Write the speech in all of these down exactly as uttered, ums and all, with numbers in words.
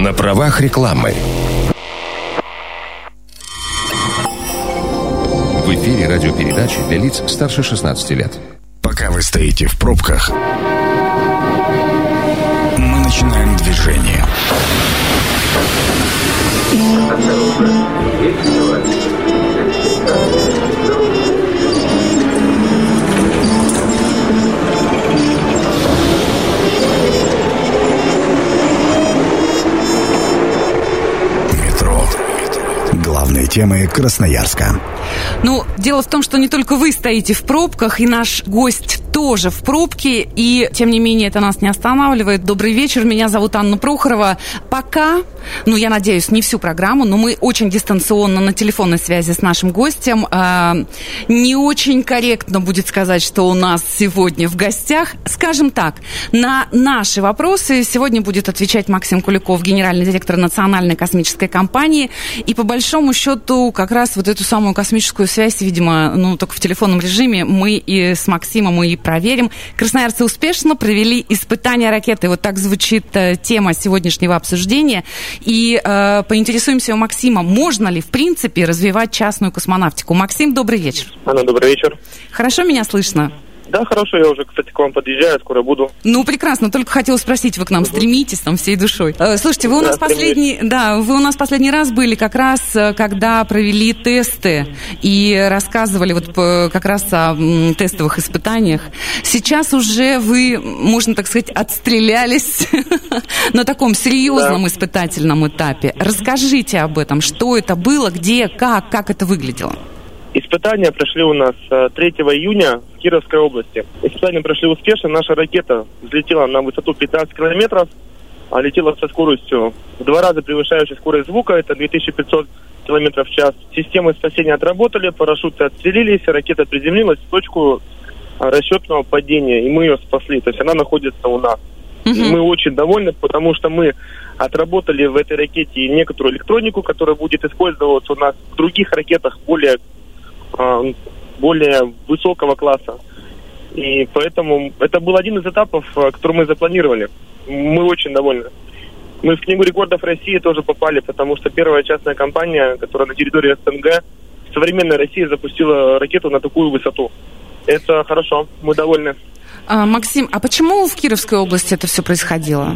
На правах рекламы. В эфире радиопередачи для лиц старше шестнадцати лет. Пока вы стоите в пробках, мы начинаем движение. Метро. Главные темы Красноярска. Ну, дело в том, что не только вы стоите в пробках, и наш гость тоже в пробке, и, тем не менее, это нас не останавливает. Добрый вечер, меня зовут Анна Прохорова. Пока, ну, я надеюсь, не всю программу, но мы очень дистанционно на телефонной связи с нашим гостем. Не очень корректно будет сказать, что у нас сегодня в гостях. Скажем так, на наши вопросы сегодня будет отвечать Максим Куликов, генеральный директор Национальной космической компании. И, по большому счету, как раз вот эту самую космическую связь, видимо, ну, только в телефонном режиме мы и с Максимом и проверим. Красноярцы успешно провели испытания ракеты. Вот так звучит э, тема сегодняшнего обсуждения. И э, поинтересуемся у Максима, можно ли, в принципе, развивать частную космонавтику. Максим, добрый вечер. Анна, добрый вечер. Хорошо меня слышно? Да, хорошо, я уже, кстати, к вам подъезжаю, скоро буду. Ну, прекрасно, только хотела спросить, вы к нам стремитесь там всей душой. Э, слушайте, вы у нас да, последний, да, вы у нас последний раз были как раз, когда провели тесты и рассказывали вот как раз о м, тестовых испытаниях. Сейчас уже вы, можно так сказать, отстрелялись на таком серьезном испытательном этапе. Расскажите об этом, что это было, где, как, как это выглядело. Испытания прошли у нас третьего июня в Кировской области. Испытания прошли успешно. Наша ракета взлетела на высоту пятнадцать километров, а летела со скоростью в два раза превышающей скорость звука, это две тысячи пятьсот километров в час. Системы спасения отработали, парашюты отстрелились, ракета приземлилась в точку расчетного падения, и мы ее спасли. То есть она находится у нас. Mm-hmm. Мы очень довольны, потому что мы отработали в этой ракете некоторую электронику, которая будет использоваться у нас в других ракетах более более высокого класса. И поэтому это был один из этапов, который мы запланировали. Мы очень довольны. Мы в Книгу рекордов России тоже попали, потому что первая частная компания, которая на территории СНГ, в современной России запустила ракету на такую высоту. Это хорошо, мы довольны. А, Максим, а почему в Кировской области это все происходило?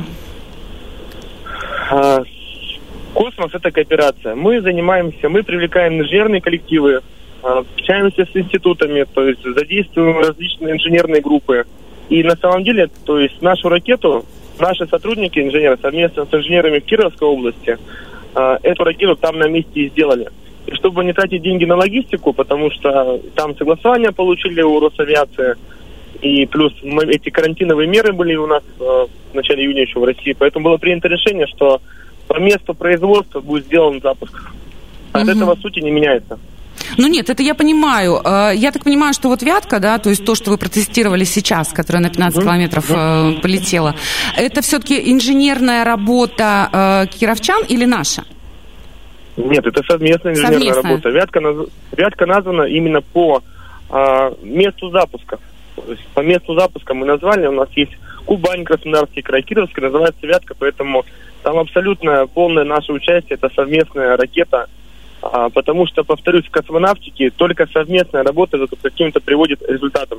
А, космос – это кооперация. Мы занимаемся, мы привлекаем инженерные коллективы, общаемся с институтами, то есть задействуем различные инженерные группы. И на самом деле, то есть нашу ракету, наши сотрудники, инженеры, совместно с инженерами в Кировской области, эту ракету там на месте и сделали. И чтобы не тратить деньги на логистику, потому что там согласования получили у Росавиации, и плюс мы, эти карантиновые меры были у нас в начале июня еще в России, поэтому было принято решение, что по месту производства будет сделан запуск. От угу. этого сути не меняется. Ну нет, это я понимаю. Я так понимаю, что вот Вятка, да, то есть то, что вы протестировали сейчас, которая на пятнадцать километров э, полетела, это все-таки инженерная работа э, кировчан или наша? Нет, это совместная инженерная совместная. работа. Вятка, наз... Вятка названа именно по э, месту запуска. То есть по месту запуска мы назвали, у нас есть Кубань, Краснодарский край, Кировский, называется Вятка, поэтому там абсолютно полное наше участие, это совместная ракета. А, потому что, повторюсь, в космонавтике только совместная работа к каким-то приводит результатам.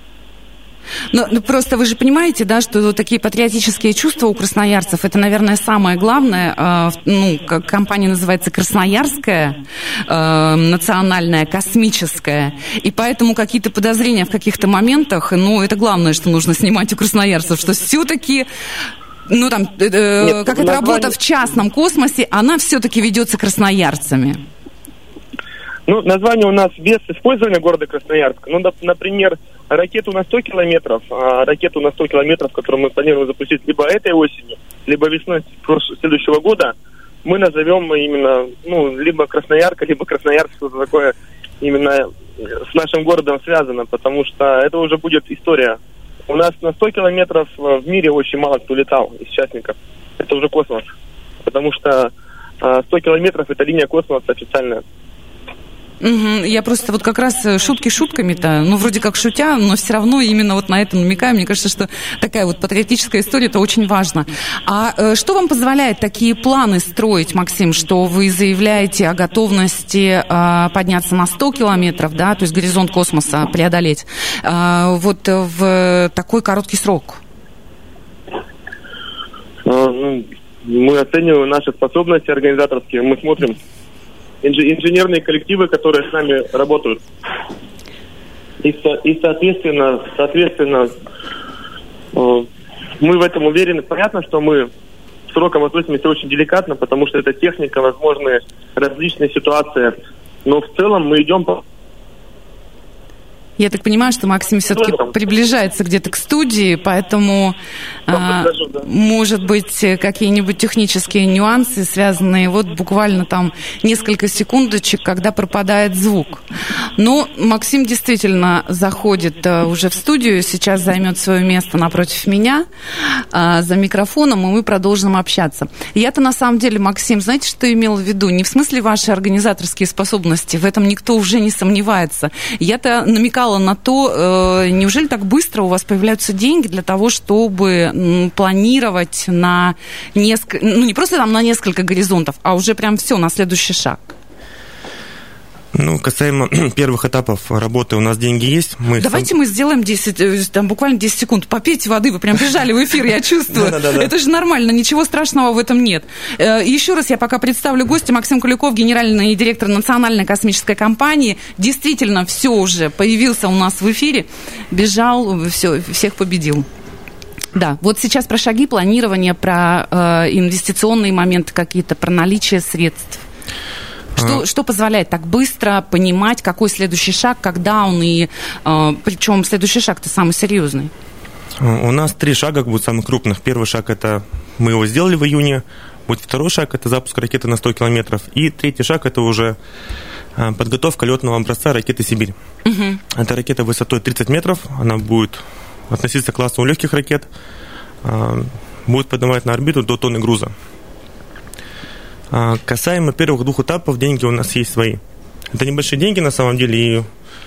Ну, ну, просто вы же понимаете, да, что такие патриотические чувства у красноярцев, это, наверное, самое главное. Э, ну, компания называется «Красноярская», э, национальная, космическая, и поэтому какие-то подозрения в каких-то моментах, ну, это главное, что нужно снимать у красноярцев, что все-таки... Ну, там, э, Нет, как эта работа в частном космосе, она все-таки ведется красноярцами. Ну, название у нас без использования города Красноярск. Ну, например, ракету на сто километров, а ракету на сто километров, которую мы планируем запустить либо этой осенью, либо весной следующего года, мы назовем именно, ну, либо Красноярка, либо Красноярск, что-то такое именно с нашим городом связано, потому что это уже будет история. У нас на сто километров в мире очень мало кто летал из частников. Это уже космос. Потому что сто километров – это линия космоса официальная. Угу. Я просто вот как раз шутки шутками-то, ну, вроде как шутя, но все равно именно вот на это намекаю. Мне кажется, что такая вот патриотическая история, это очень важно. А э, что вам позволяет такие планы строить, Максим, что вы заявляете о готовности э, подняться на сто километров, да, то есть горизонт космоса преодолеть, э, вот в такой короткий срок? Мы оцениваем наши способности организаторские, мы смотрим инженерные коллективы, которые с нами работают. И, и соответственно, соответственно, мы в этом уверены. Понятно, что мы сроком относимся очень деликатно, потому что это техника, возможны различные ситуации. Но в целом мы идем по... Я так понимаю, что Максим все-таки приближается где-то к студии, поэтому, а, да. может быть, какие-нибудь технические нюансы, связанные вот буквально там несколько секундочек, когда пропадает звук. Но Максим действительно заходит а, уже в студию, сейчас займет свое место напротив меня а, за микрофоном, и мы продолжим общаться. Я-то на самом деле, Максим, знаете, что имела в виду? Не в смысле ваши организаторские способности, в этом никто уже не сомневается. Я-то намекала на то, э, неужели так быстро у вас появляются деньги для того, чтобы м, планировать на несколько, ну не просто там на несколько горизонтов, а уже прям все, на следующий шаг? Ну, касаемо первых этапов работы, у нас деньги есть. Мы Давайте сам... мы сделаем десять, там, буквально десять секунд. Попейте воды, вы прям бежали в эфир, я чувствую. Это же нормально, ничего страшного в этом нет. Еще раз я пока представлю гостя. Максим Куликов, генеральный директор Национальной космической компании. Действительно, все уже появился у нас в эфире. Бежал, все, всех победил. Да, вот сейчас про шаги планирования, про э, инвестиционные моменты какие-то, про наличие средств. Что, что позволяет так быстро понимать, какой следующий шаг, когда он и... Э, причем следующий шаг-то самый серьезный? У нас три шага будут самых крупных. Первый шаг – это мы его сделали в июне. Будет второй шаг – это запуск ракеты на сто километров. И третий шаг – это уже подготовка летного образца ракеты «Сибирь». Угу. Это ракета высотой тридцать метров. Она будет относиться к классу легких ракет. Будет поднимать на орбиту до тонны груза. Касаемо первых двух этапов, деньги у нас есть свои. Это небольшие деньги на самом деле, и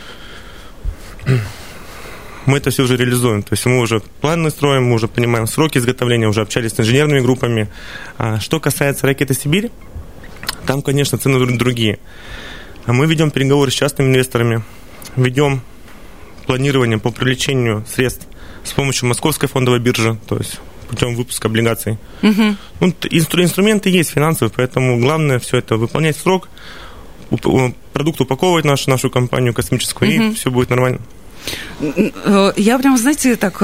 мы это все уже реализуем. То есть мы уже планы строим, мы уже понимаем сроки изготовления, уже общались с инженерными группами. Что касается ракеты «Сибирь», там, конечно, цены другие. Мы ведем переговоры с частными инвесторами, ведем планирование по привлечению средств с помощью Московской фондовой биржи, то есть путем выпуска облигаций. Угу. Ну, инстру- инструменты есть финансовые, поэтому главное все это выполнять в срок, уп- продукт упаковывать нашу, нашу компанию космическую, угу. и все будет нормально. Я прям, знаете, так,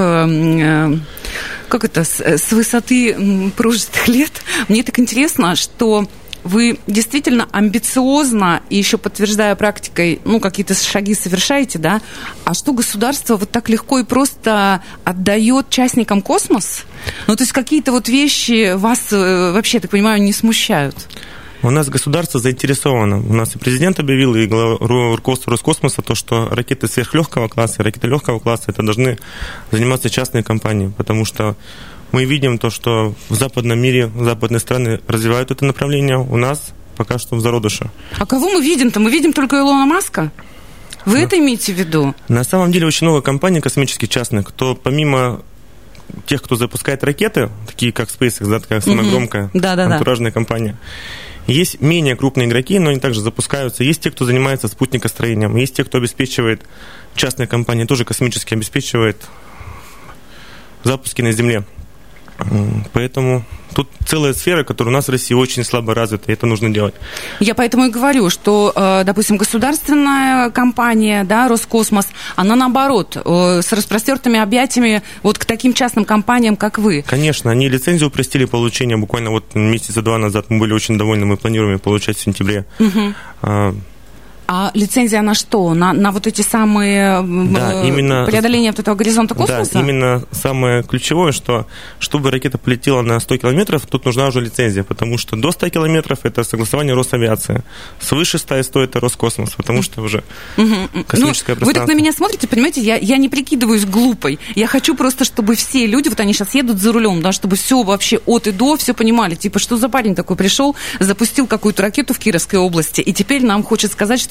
как это, с высоты прожитых лет, мне так интересно, что вы действительно амбициозно и еще подтверждая практикой, ну, какие-то шаги совершаете, да? А что государство вот так легко и просто отдает частникам космос? Ну, то есть какие-то вот вещи вас вообще, я так понимаю, не смущают? У нас государство заинтересовано. У нас и президент объявил, и глава руководства Роскосмоса, то, что ракеты сверхлегкого класса и ракеты легкого класса это должны заниматься частные компании, потому что мы видим то, что в западном мире, западные страны развивают это направление, у нас пока что в зародыше. А кого мы видим-то? Мы видим только Илона Маска? Вы да. это имеете в виду? На самом деле очень много компаний космических частных, кто помимо тех, кто запускает ракеты, такие как SpaceX, да, такая самая угу. громкая да, да, антуражная да. компания, есть менее крупные игроки, но они также запускаются. Есть те, кто занимается спутникостроением, есть те, кто обеспечивает, частные компании тоже космически обеспечивает запуски на Земле. Поэтому тут целая сфера, которая у нас в России очень слабо развита, и это нужно делать. Я поэтому и говорю, что, допустим, государственная компания, да, Роскосмос, она наоборот, с распростертыми объятиями вот к таким частным компаниям, как вы. Конечно, они лицензию упростили получение буквально вот месяца два назад. Мы были очень довольны, мы планируем получать в сентябре. Угу. А лицензия на что? На, на вот эти самые да, именно, преодоления вот этого горизонта космоса? Да, именно самое ключевое, что чтобы ракета полетела на сто километров, тут нужна уже лицензия, потому что до ста километров это согласование Росавиации. Свыше ста и сто это Роскосмос, потому что уже угу. космическое ну, пространство. Вы так на меня смотрите, понимаете, я, я не прикидываюсь глупой. Я хочу просто, чтобы все люди, вот они сейчас едут за рулем, да, чтобы все вообще от и до, все понимали. Типа, что за парень такой пришел, запустил какую-то ракету в Кировской области, и теперь нам хочет сказать, что он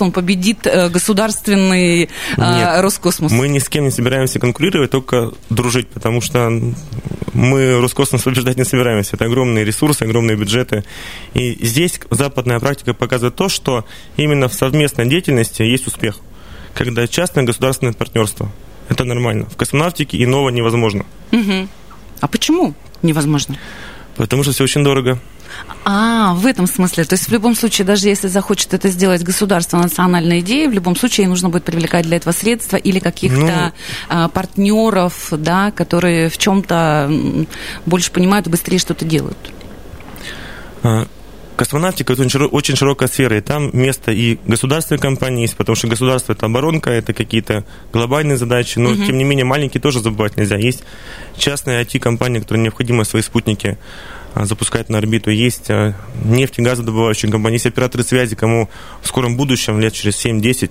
он победит государственный Нет, Роскосмос? Мы ни с кем не собираемся конкурировать, только дружить, потому что мы Роскосмос побеждать не собираемся. Это огромные ресурсы, огромные бюджеты. И здесь западная практика показывает то, что именно в совместной деятельности есть успех. Когда частное государственное партнерство. Это нормально. В космонавтике иного невозможно. Угу. А почему невозможно? Потому что все очень дорого. А, в этом смысле. То есть в любом случае, даже если захочет это сделать государство, национальная идея, в любом случае ей нужно будет привлекать для этого средства или каких-то ну, партнеров, да, которые в чем-то больше понимают и быстрее что-то делают. Космонавтика – это очень широкая сфера, и там место и государственной компании есть, потому что государство – это оборонка, это какие-то глобальные задачи, но, uh-huh. тем не менее, маленькие тоже забывать нельзя. Есть частные ай ти-компании, которые необходимо свои спутники запускать на орбиту, есть нефть и газодобывающие компании, есть операторы связи, кому в скором будущем, лет через семь-десять,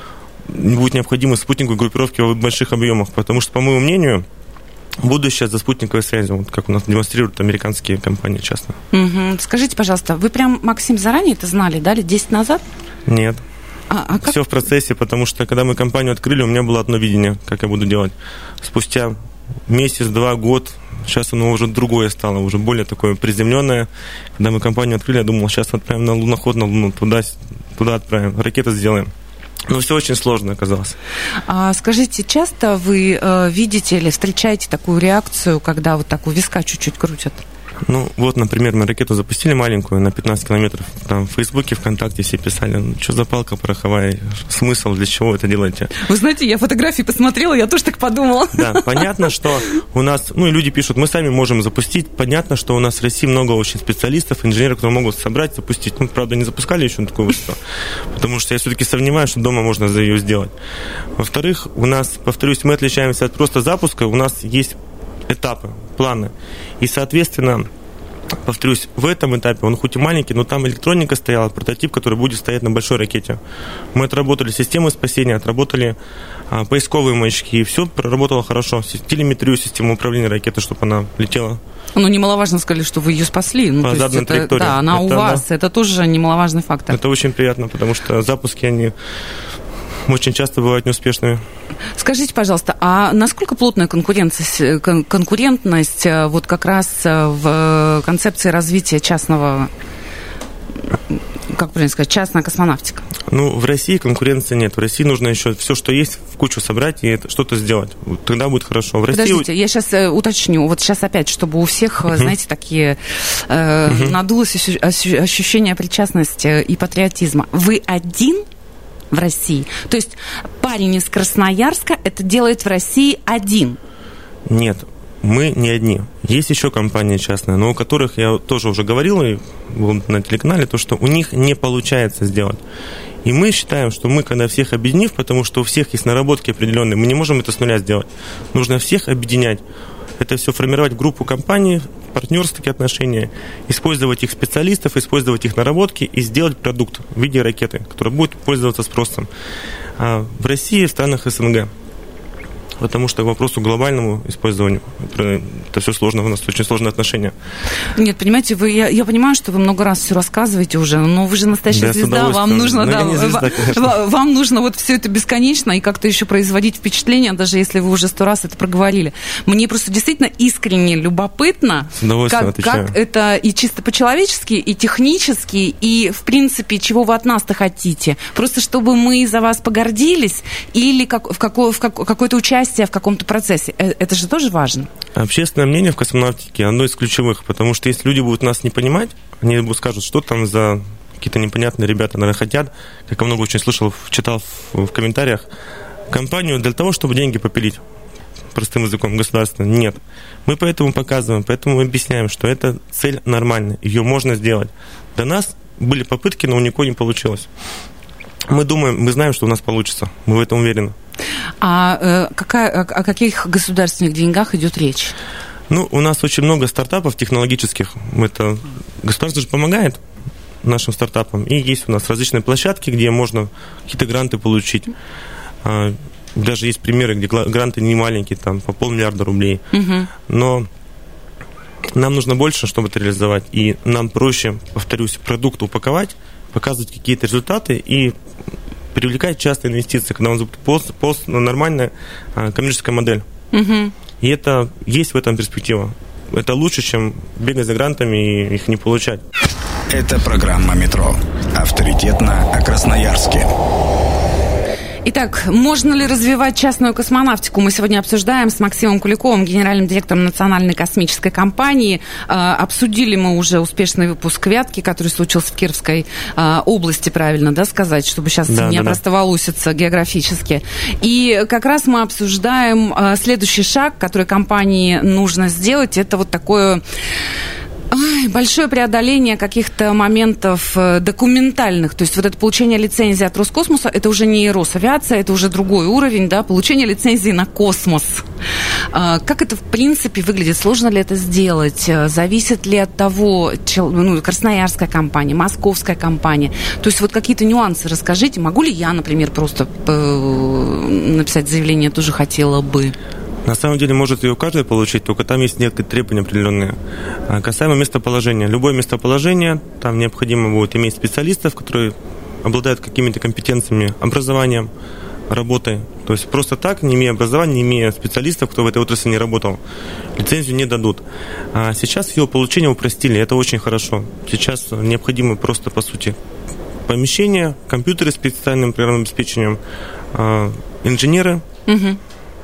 будет необходимы спутниковые группировки в больших объемах, потому что, по моему мнению, будущее за спутниковой связью, вот как у нас демонстрируют американские компании часто. Угу. Скажите, пожалуйста, вы прям, Максим, заранее это знали, да, лет десять назад? Нет. А, а как? Все в процессе, потому что, когда мы компанию открыли, у меня было одно видение, как я буду делать. Спустя месяц, два, год, сейчас оно уже другое стало, уже более такое приземленное. Когда мы компанию открыли, я думал, сейчас отправим на луноход, на Луну, туда, туда отправим, ракеты сделаем. Но все очень сложно оказалось. А скажите, часто вы э, видите или встречаете такую реакцию, когда вот так у виска чуть-чуть крутят? Ну, вот, например, мы ракету запустили маленькую на пятнадцать километров. Там в Фейсбуке, ВКонтакте все писали, ну, что за палка пороховая, смысл, для чего это делаете? Вы знаете, я фотографии посмотрела, я тоже так подумала. Да, понятно, что у нас, ну, и люди пишут, мы сами можем запустить. Понятно, что у нас в России много очень специалистов, инженеров, которые могут собрать, запустить. Мы, правда, не запускали еще на такую высоту, потому что я все-таки сомневаюсь, что дома можно ее сделать. Во-вторых, у нас, повторюсь, мы отличаемся от просто запуска, у нас есть этапы, планы. И, соответственно, повторюсь, в этом этапе он хоть и маленький, но там электроника стояла, прототип, который будет стоять на большой ракете. Мы отработали системы спасения, отработали а, поисковые маячки, и все проработало хорошо. Телеметрию, систему управления ракетой, чтобы она летела. Ну, немаловажно сказали, что вы ее спасли. Ну, по заданной это, траектории. Да, она это, у вас, да. Это тоже немаловажный фактор. Это очень приятно, потому что запуски, они очень часто бывают неуспешными. Скажите, пожалуйста, а насколько плотная конкуренция, конкурентность вот как раз в концепции развития частного, как правильно сказать, частная космонавтика? Ну, в России конкуренции нет. В России нужно еще все, что есть, в кучу собрать и это, что-то сделать. Вот тогда будет хорошо. В России... Подождите, я сейчас э, уточню. Вот сейчас опять, чтобы у всех, uh-huh. знаете, такие э, uh-huh. надулось ощущение причастности и патриотизма. Вы один в России? То есть парень из Красноярска это делает в России один? Нет, мы не одни. Есть еще компании частные, но у которых я тоже уже говорил и на телеканале, то, что у них не получается сделать. И мы считаем, что мы, когда всех объединив, потому что у всех есть наработки определенные, мы не можем это с нуля сделать. Нужно всех объединять. Это все формировать в группу компаний, партнерские отношения, использовать их специалистов, использовать их наработки и сделать продукт в виде ракеты, который будет пользоваться спросом. А в России, в странах СНГ. Потому что к вопросу глобальному использованию это все сложно, у нас очень сложные отношения. Нет, понимаете, вы, я, я понимаю, что вы много раз все рассказываете уже, но вы же настоящая да, звезда, вам нужно, да, звезда, вам нужно вот все это бесконечно и как-то еще производить впечатление, даже если вы уже сто раз это проговорили. Мне просто действительно искренне любопытно, как, как это и чисто по-человечески, и технически, и в принципе, чего вы от нас-то хотите. Просто чтобы мы за вас погордились или как, в, какое, в как, какое-то участие в каком-то процессе. Это же тоже важно. Общественное мнение в космонавтике одно из ключевых, потому что если люди будут нас не понимать, они будут скажут, что там за какие-то непонятные ребята, наверное, хотят, как я много очень слышал, читал в, в комментариях, компанию для того, чтобы деньги попилить. Простым языком, государственно. Нет. Мы поэтому показываем, поэтому мы объясняем, что эта цель нормальная, ее можно сделать. До нас были попытки, но у никого не получилось. Мы думаем, мы знаем, что у нас получится. Мы в этом уверены. А э, какая, о каких государственных деньгах идет речь? Ну, у нас очень много стартапов технологических. Это государство же помогает нашим стартапам. И есть у нас различные площадки, где можно какие-то гранты получить. Даже есть примеры, где гранты не маленькие, там по полмиллиарда рублей. Угу. Но нам нужно больше, чтобы это реализовать. И нам проще, повторюсь, продукт упаковать, показывать какие-то результаты и привлекать частные инвестиции, когда у нас будет полностью, полностью нормальная а, коммерческая модель. Угу. И это есть в этом перспектива. Это лучше, чем бегать за грантами и их не получать. Это программа «Метро». Авторитетно о Красноярске. Итак, можно ли развивать частную космонавтику? Мы сегодня обсуждаем с Максимом Куликовым, генеральным директором Национальной космической компании. Э, обсудили мы уже успешный выпуск «Вятки», который случился в Кировской э, области, правильно, да, сказать, чтобы сейчас да, не да, опростоволоситься географически. И как раз мы обсуждаем э, следующий шаг, который компании нужно сделать. Это вот такое... Ой, большое преодоление каких-то моментов документальных. То есть вот это получение лицензии от Роскосмоса, это уже не Росавиация, это уже другой уровень, да, получение лицензии на космос. Как это в принципе выглядит? Сложно ли это сделать? Зависит ли от того, ну, красноярская компания, московская компания? То есть вот какие-то нюансы расскажите. Могу ли я, например, просто написать заявление, тоже хотела бы? На самом деле может ее каждый получить, только там есть некоторые требования определенные. Касаемо местоположения. Любое местоположение, там необходимо будет иметь специалистов, которые обладают какими-то компетенциями, образованием, работой. То есть просто так, не имея образования, не имея специалистов, кто в этой отрасли не работал, лицензию не дадут. А сейчас ее получение упростили, это очень хорошо. Сейчас необходимо просто, по сути, помещение, компьютеры с специальным программным обеспечением, инженеры, угу.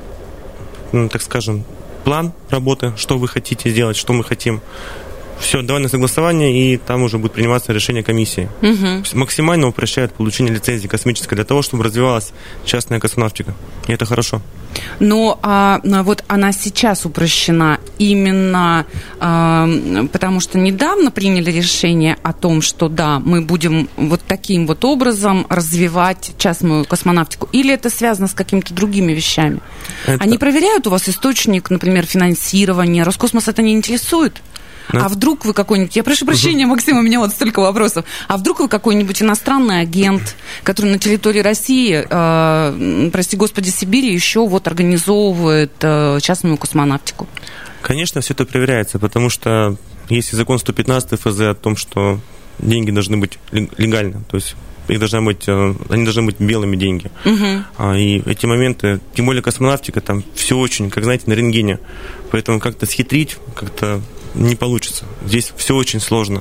так скажем, план работы, что вы хотите сделать, что мы хотим. Все, давай на согласование, и там уже будет приниматься решение комиссии. Угу. Максимально упрощает получение лицензии космической для того, чтобы развивалась частная космонавтика. И это хорошо. Но а, вот она сейчас упрощена именно а, потому, что недавно приняли решение о том, что да, мы будем вот таким вот образом развивать частную космонавтику. Или это связано с какими-то другими вещами? Это... Они проверяют у вас источник, например, финансирования? Роскосмос это не интересует? Да. А вдруг вы какой-нибудь... Я прошу прощения, Максим, у меня вот столько вопросов. А вдруг вы какой-нибудь иностранный агент, который на территории России, э, прости господи, Сибири, еще вот организовывает э, частную космонавтику? Конечно, все это проверяется, потому что есть закон сто пятнадцать эф зэ о том, что деньги должны быть легальны, то есть их должна быть, они должны быть белыми деньги. Угу. И эти моменты, тем более космонавтика, там все очень, как знаете, на рентгене. Поэтому как-то схитрить, как-то не получится. Здесь все очень сложно.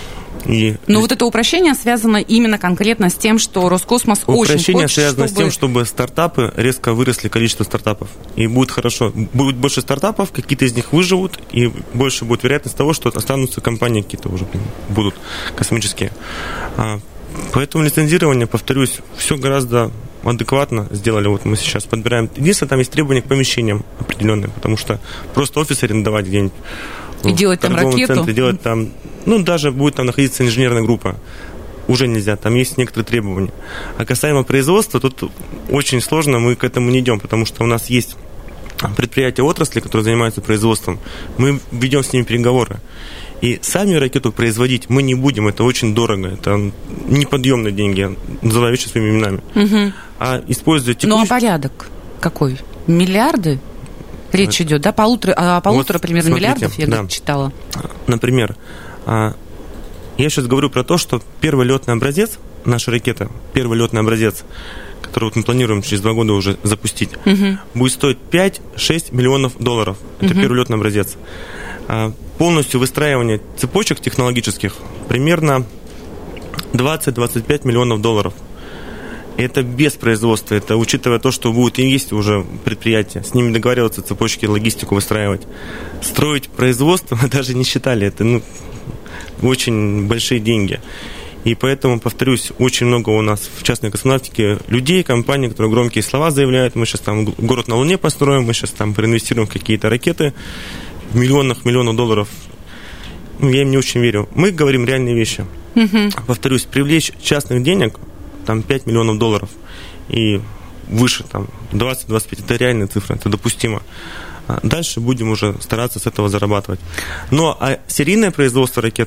И но вот это упрощение связано именно конкретно с тем, что Роскосмос очень хочет, упрощение связано чтобы... с тем, чтобы стартапы резко выросли, количество стартапов. И будет хорошо. Будет больше стартапов, какие-то из них выживут, и больше будет вероятность того, что останутся компании какие-то уже будут космические. Поэтому лицензирование, повторюсь, все гораздо адекватно сделали. Вот мы сейчас подбираем. Единственное, там есть требования к помещениям определенные, потому что просто офис арендовать где-нибудь и делать там ракету. Центре, делать там, ну, даже будет там находиться инженерная группа. Уже нельзя, там есть некоторые требования. А касаемо производства, тут очень сложно, мы к этому не идем, потому что у нас есть предприятия отрасли, которые занимаются производством. Мы ведем с ними переговоры. И сами ракету производить мы не будем, это очень дорого, это неподъемные деньги, называю вещи своими именами. Угу. А используя текущий... Ну, а порядок какой? Миллиарды? Речь идет, да? Полутора, а полутора вот, примерно смотрите, миллиардов, я да. читала. Например, я сейчас говорю про то, что первый летный образец, наша ракета, первый летный образец, который вот мы планируем через два года уже запустить, угу. будет стоить пять-шесть миллионов долларов. Это угу. первый летный образец. Полностью выстраивание цепочек технологических примерно двадцать-двадцать пять миллионов долларов. Это без производства, это учитывая то, что будет и есть уже предприятия, с ними договариваться, цепочки, логистику выстраивать. Строить производство мы даже не считали, это ну, очень большие деньги. И поэтому, повторюсь, очень много у нас в частной космонавтике людей, компаний, которые громкие слова заявляют, мы сейчас там город на Луне построим, мы сейчас там проинвестируем в какие-то ракеты в миллионах, миллионах долларов. Ну, я им не очень верю. Мы говорим реальные вещи. Угу. Повторюсь, привлечь частных денег там пять миллионов долларов и выше, там, двадцать-двадцать пять, это реальная цифра, это допустимо. Дальше будем уже стараться с этого зарабатывать. Но а серийное производство ракеты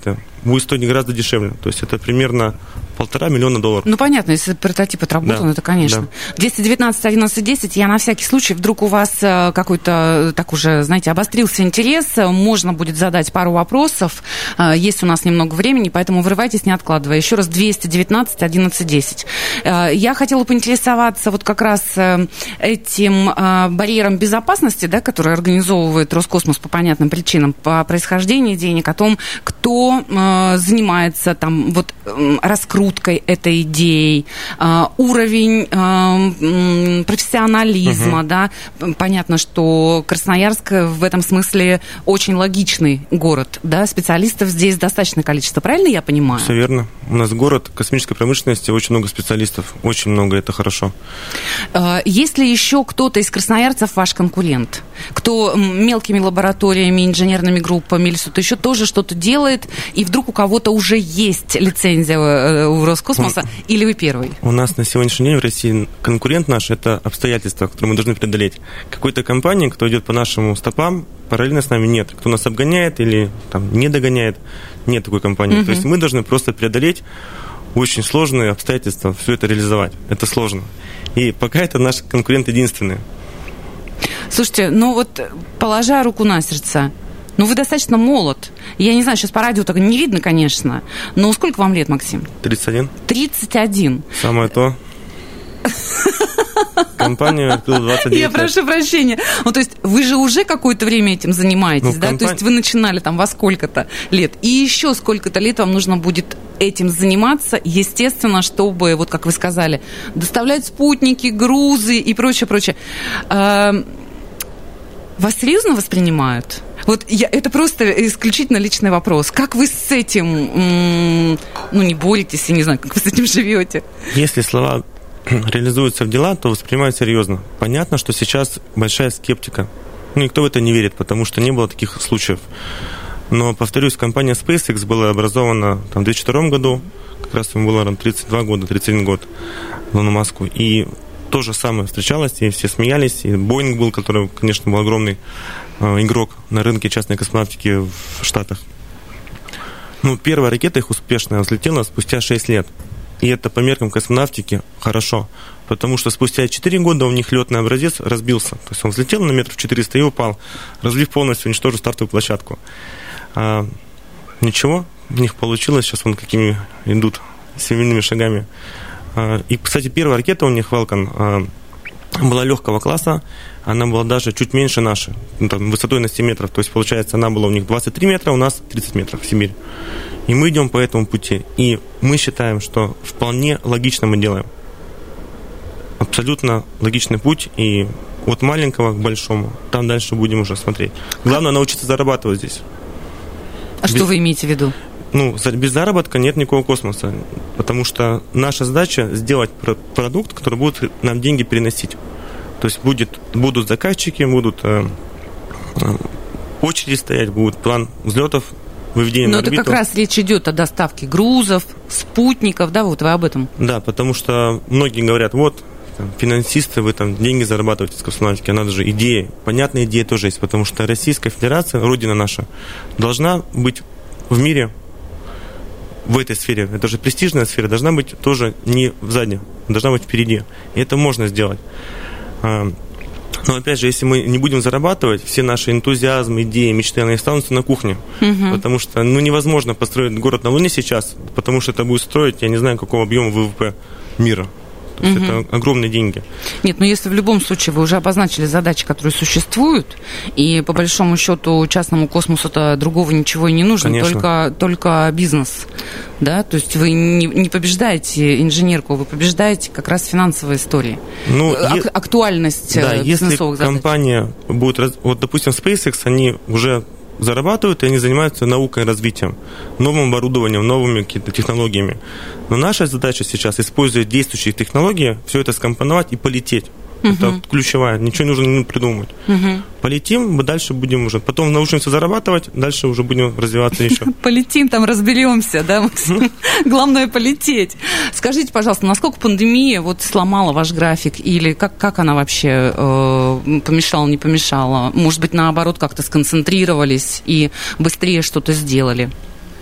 будет стоить гораздо дешевле. То есть это примерно полтора миллиона долларов. Ну, понятно, если прототип отработан, да. это, конечно. Да. двести девятнадцать одиннадцать десять, я на всякий случай, вдруг у вас какой-то, так уже, знаете, обострился интерес, можно будет задать пару вопросов, есть у нас немного времени, поэтому врывайтесь, не откладывая. Еще раз, двести девятнадцать одиннадцать десять. Я хотела поинтересоваться вот как раз этим барьером безопасности, да, который организовывает Роскосмос по понятным причинам, по происхождению денег, о том, кто занимается там вот раскруткой этой идеей, уровень профессионализма, угу. да, понятно, что Красноярск в этом смысле очень логичный город, да, специалистов здесь достаточное количество, правильно я понимаю? Все верно. У нас город космической промышленности, очень много специалистов, очень много, это хорошо. Есть ли еще кто-то из красноярцев ваш конкурент? Кто мелкими лабораториями, инженерными группами или что-то еще тоже что-то делает, и вдруг у кого-то уже есть лицензия у Роскосмоса, mm. или вы первый? У нас на сегодняшний день в России конкурент наш – это обстоятельства, которые мы должны преодолеть. Какой-то компании, кто идет по нашим стопам, параллельно с нами нет. Кто нас обгоняет или там, не догоняет, нет такой компании. Mm-hmm. То есть мы должны просто преодолеть очень сложные обстоятельства, все это реализовать. Это сложно. И пока это наш конкурент единственный. Слушайте, ну вот, положа руку на сердце, ну вы достаточно молод. Я не знаю, сейчас по радио так не видно, конечно. Но сколько вам лет, Максим? тридцать один. тридцать один. Самое то. Компания открыла двадцать девять Я прошу прощения. Ну, то есть вы же уже какое-то время этим занимаетесь, ну, да? Компания... То есть вы начинали там во сколько-то лет. И еще сколько-то лет вам нужно будет этим заниматься, естественно, чтобы, вот как вы сказали, доставлять спутники, грузы и прочее, прочее. Вас серьезно воспринимают? Вот я, это просто исключительно личный вопрос. Как вы с этим, ну, не боретесь, я не знаю, как вы с этим живете? Если слова реализуются в дела, то воспринимают серьезно. Понятно, что сейчас большая скептика. Ну, никто в это не верит, потому что не было таких случаев. Но, повторюсь, компания SpaceX была образована там, в две тысячи втором году, как раз ему было там, тридцать два года, тридцать один год, Илону Маску. И то же самое встречалось, и все смеялись. И Boeing был, который, конечно, был огромный э, игрок на рынке частной космонавтики в Штатах. Ну, первая ракета их успешная взлетела спустя шесть лет. И это по меркам космонавтики хорошо, потому что спустя четыре года у них летный образец разбился. То есть он взлетел на метров четыреста и упал, разлив полностью, уничтожив стартовую площадку. А, ничего, у них получилось, сейчас вон какими идут семейными шагами. А, и, кстати, первая ракета у них, Falcon, а, была легкого класса, она была даже чуть меньше нашей, ну, там, высотой на семь метров. То есть, получается, она была у них двадцать три метра, у нас тридцать метров в Сибирь. И мы идем по этому пути. И мы считаем, что вполне логично мы делаем. Абсолютно логичный путь. И от маленького к большому, там дальше будем уже смотреть. Главное научиться зарабатывать здесь. А без, что вы имеете в виду? Ну, без заработка нет никакого космоса. Потому что наша задача сделать продукт, который будет нам деньги переносить. То есть будет, будут заказчики, будут э, э, очереди стоять, будет план взлетов, выведение на орбиту. Но это как раз речь идет о доставке грузов, спутников, да, вот вы об этом? Да, потому что многие говорят, вот, там, финансисты, вы там деньги зарабатываете с космонавтики, а надо же идеи. Понятная идея тоже есть, потому что Российская Федерация, родина наша, должна быть в мире в этой сфере. Это же престижная сфера, должна быть тоже не сзади, должна быть впереди. И это можно сделать. Но опять же, если мы не будем зарабатывать, все наши энтузиазмы, идеи, мечты, они останутся на кухне. Угу. Потому что ну, невозможно построить город на Луне сейчас, потому что это будет строить, я не знаю, какого объема ВВП мира. То есть угу. это огромные деньги. Нет, но если в любом случае вы уже обозначили задачи, которые существуют, и по большому счету частному космосу-то другого ничего и не нужно, только, только бизнес. Да? То есть вы не, не побеждаете инженерку, вы побеждаете как раз финансовые истории. Ну, Ак- е- актуальность да, бизнесовых задач. Если компания будет... Раз... Вот, допустим, SpaceX, они уже зарабатывают, и они занимаются наукой и развитием, новым оборудованием, новыми какими-то технологиями. Но наша задача сейчас, используя действующие технологии, все это скомпоновать и полететь. Uh-huh. Это ключевая, ничего не нужно придумывать. Uh-huh. Полетим, мы дальше будем уже, потом научимся зарабатывать, дальше уже будем развиваться еще. Полетим, там разберемся, да, Максим? Главное полететь. Скажите, пожалуйста, насколько пандемия вот сломала ваш график, или как, как она вообще э, помешала, не помешала? Может быть, наоборот, как-то сконцентрировались и быстрее что-то сделали?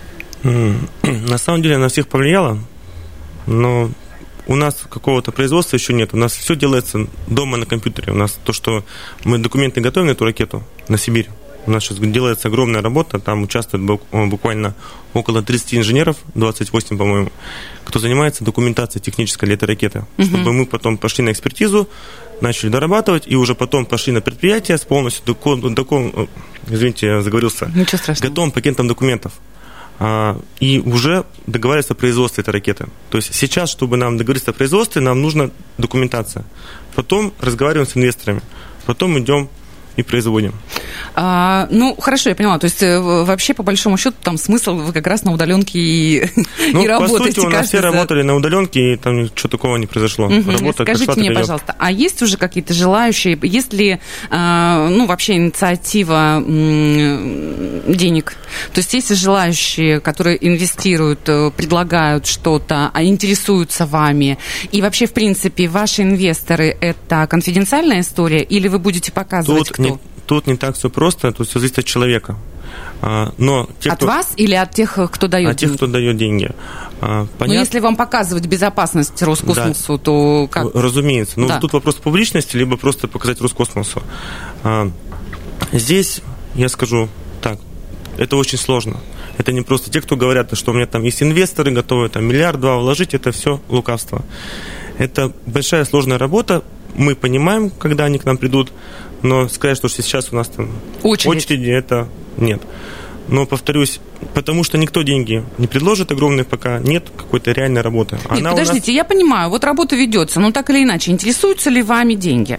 На самом деле на всех повлияло, но у нас какого-то производства еще нет. У нас все делается дома на компьютере. У нас то, что мы документы готовим на эту ракету, на Сибирь. У нас сейчас делается огромная работа, там участвует буквально около тридцать инженеров, двадцать восемь, по-моему, кто занимается документацией технической для этой ракеты, uh-huh. чтобы мы потом пошли на экспертизу, начали дорабатывать, и уже потом пошли на предприятие с полностью, докон, докон, извините, я заговорился, готовым пакетом документов. А, и уже договариваться о производстве этой ракеты. То есть сейчас, чтобы нам договориться о производстве, нам нужна документация. Потом разговариваем с инвесторами, потом идем и производим. А, ну, хорошо, я поняла. То есть, вообще, по большому счету, там смысл вы как раз на удаленке и, ну, и работаете. По сути, у нас все за... работали на удаленке, и там ничего такого не произошло. Угу. Работа, скажите мне, идет. Пожалуйста, а есть уже какие-то желающие, есть ли, а, ну, вообще инициатива м- денег? То есть, есть желающие, которые инвестируют, предлагают что-то, а интересуются вами? И вообще, в принципе, ваши инвесторы – это конфиденциальная история, или вы будете показывать, Тут кто? Не, тут не так все просто, тут все зависит от человека. Но те, от кто... вас или от тех, кто дает от деньги? От тех, кто дает деньги. Понятно? Но если вам показывать безопасность Роскосмосу, да. то как? Разумеется. Ну, да. тут вопрос публичности, либо просто показать Роскосмосу. Здесь, я скажу так, это очень сложно. Это не просто те, кто говорят, что у меня там есть инвесторы, готовы там миллиард-два вложить, это все лукавство. Это большая сложная работа. Мы понимаем, когда они к нам придут, но сказать, что сейчас у нас там Очередь. очереди, это нет. Но, повторюсь, потому что никто деньги не предложит огромные, пока нет какой-то реальной работы. Нет, Она подождите, нас... я понимаю, вот работа ведется, но так или иначе, интересуются ли вами деньги?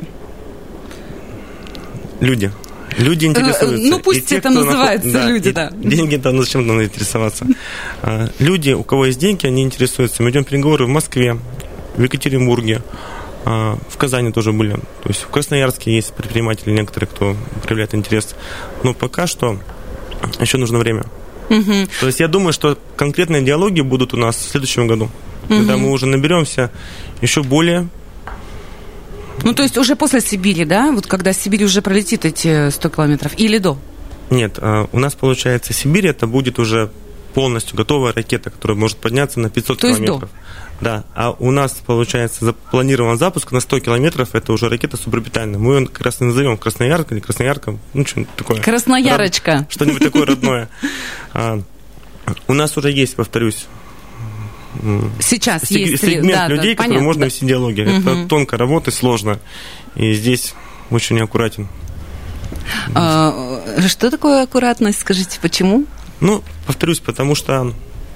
Люди. Люди интересуются. Ну, пусть те, это называется наход... люди, да. да. Деньги-то, ну, зачем надо интересоваться? Люди, у кого есть деньги, они интересуются. Мы идем переговоры в Москве, в Екатеринбурге, в Казани тоже были. То есть в Красноярске есть предприниматели некоторые, кто проявляет интерес. Но пока что еще нужно время. Угу. То есть я думаю, что конкретные диалоги будут у нас в следующем году, угу. когда мы уже наберемся еще более... Ну, то есть уже после Сибири, да? Вот когда Сибирь уже пролетит эти сто километров или до? Нет, у нас, получается, Сибирь это будет уже полностью готовая ракета, которая может подняться на пятьсот то километров. До. Да, а у нас, получается, запланирован запуск на сто километров, это уже ракета суперорбитальная. Мы ее как раз и назовем Красноярка или Красноярка, ну, что-нибудь такое. Красноярочка. Род... Что-нибудь такое родное. А, у нас уже есть, повторюсь, сейчас сег... есть сегмент да, людей, да, которые понятно, можно да. вести диалоги. Угу. Это тонко работать, сложно. И здесь очень аккуратен. А, что такое аккуратность, скажите, почему? Ну, повторюсь, потому что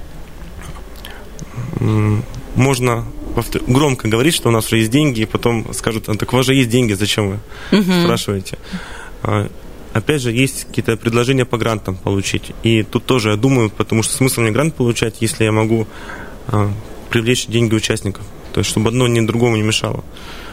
можно громко говорить, что у нас уже есть деньги, и потом скажут, а так у вас же есть деньги, зачем вы угу. спрашиваете? Опять же, есть какие-то предложения по грантам получить. И тут тоже я думаю, потому что смысл мне грант получать, если я могу привлечь деньги участников. То есть, чтобы одно ни другому не мешало.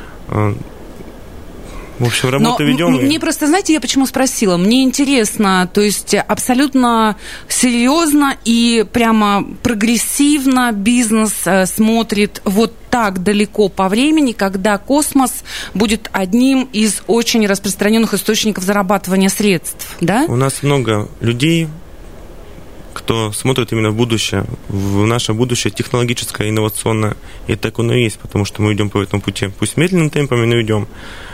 В общем, работу Но ведем. Мне и... просто, знаете, я почему спросила? Мне интересно, то есть абсолютно серьезно и прямо прогрессивно бизнес смотрит вот так далеко по времени, когда космос будет одним из очень распространенных источников зарабатывания средств, да? У нас много людей, кто смотрит именно в будущее, в наше будущее технологическое, инновационное. И так оно и есть, потому что мы идем по этому пути. Пусть медленными темпами, но идем.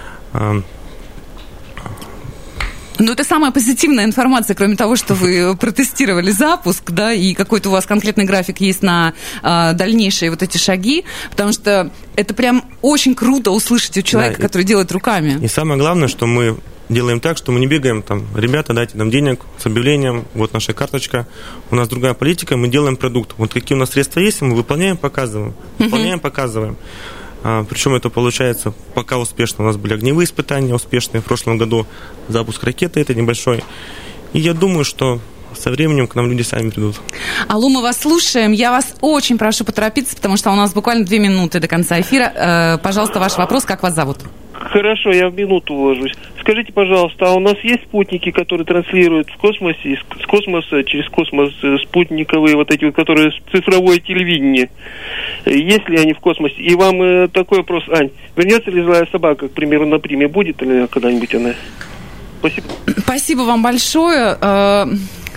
Ну, это самая позитивная информация, кроме того, что вы протестировали запуск, да, и какой-то у вас конкретный график есть на а, дальнейшие вот эти шаги, потому что это прям очень круто услышать у человека, да, который и, делает руками. И самое главное, что мы делаем так, что мы не бегаем там, ребята, дайте нам денег с объявлением, вот наша карточка, у нас другая политика, мы делаем продукт. Вот какие у нас средства есть, мы выполняем, показываем, выполняем, показываем. А, причем это получается пока успешно. У нас были огневые испытания успешные. В прошлом году запуск ракеты это небольшой. И я думаю, что со временем к нам люди сами придут. Алло, мы вас слушаем. Я вас очень прошу поторопиться, потому что у нас буквально две минуты до конца эфира. Э, пожалуйста, ваш вопрос. Как вас зовут? Хорошо, я в минуту уложусь. Скажите, пожалуйста, а у нас есть спутники, которые транслируют в космосе, с космоса, через космос спутниковые, вот эти вот, которые цифровое телевидение? Есть ли они в космосе? И вам э, такой вопрос, Ань, вернется ли злая собака, к примеру, на приме? Будет ли когда-нибудь она? Спасибо. Спасибо вам большое.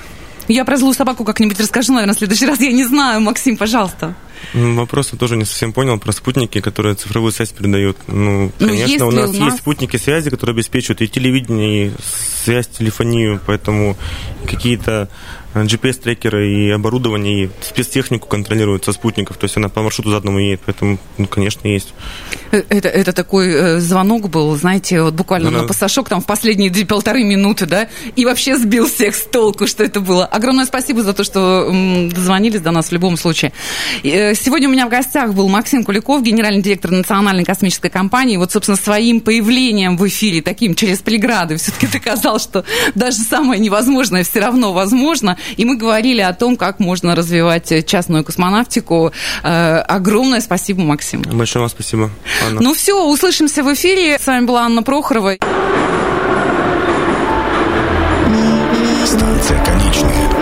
Я про злую собаку как-нибудь расскажу, наверное, в следующий раз. Я не знаю. Максим, пожалуйста. Вопрос я тоже не совсем понял про спутники, которые цифровую связь передают. Ну, ну конечно, у нас, у нас есть спутники связи, которые обеспечивают и телевидение, и связь, телефонию, поэтому какие-то джи пи эс-трекеры и оборудование, и спецтехнику контролируют со спутников, то есть она по маршруту заданному едет, поэтому, ну, конечно, есть. Это, это такой э, звонок был, знаете, вот буквально ну, на пассажок там в последние две, полторы минуты, да, и вообще сбил всех с толку, что это было. Огромное спасибо за то, что м, дозвонились до нас в любом случае. Э, сегодня у меня в гостях был Максим Куликов, генеральный директор Национальной космической компании. Вот, собственно, своим появлением в эфире, таким через преграды, все-таки доказал, что даже самое невозможное все равно возможно. И мы говорили о том, как можно развивать частную космонавтику. Э, огромное спасибо, Максим. Большое вам спасибо, Анна. Ну все, услышимся в эфире. С вами была Анна Прохорова. Станция конечная.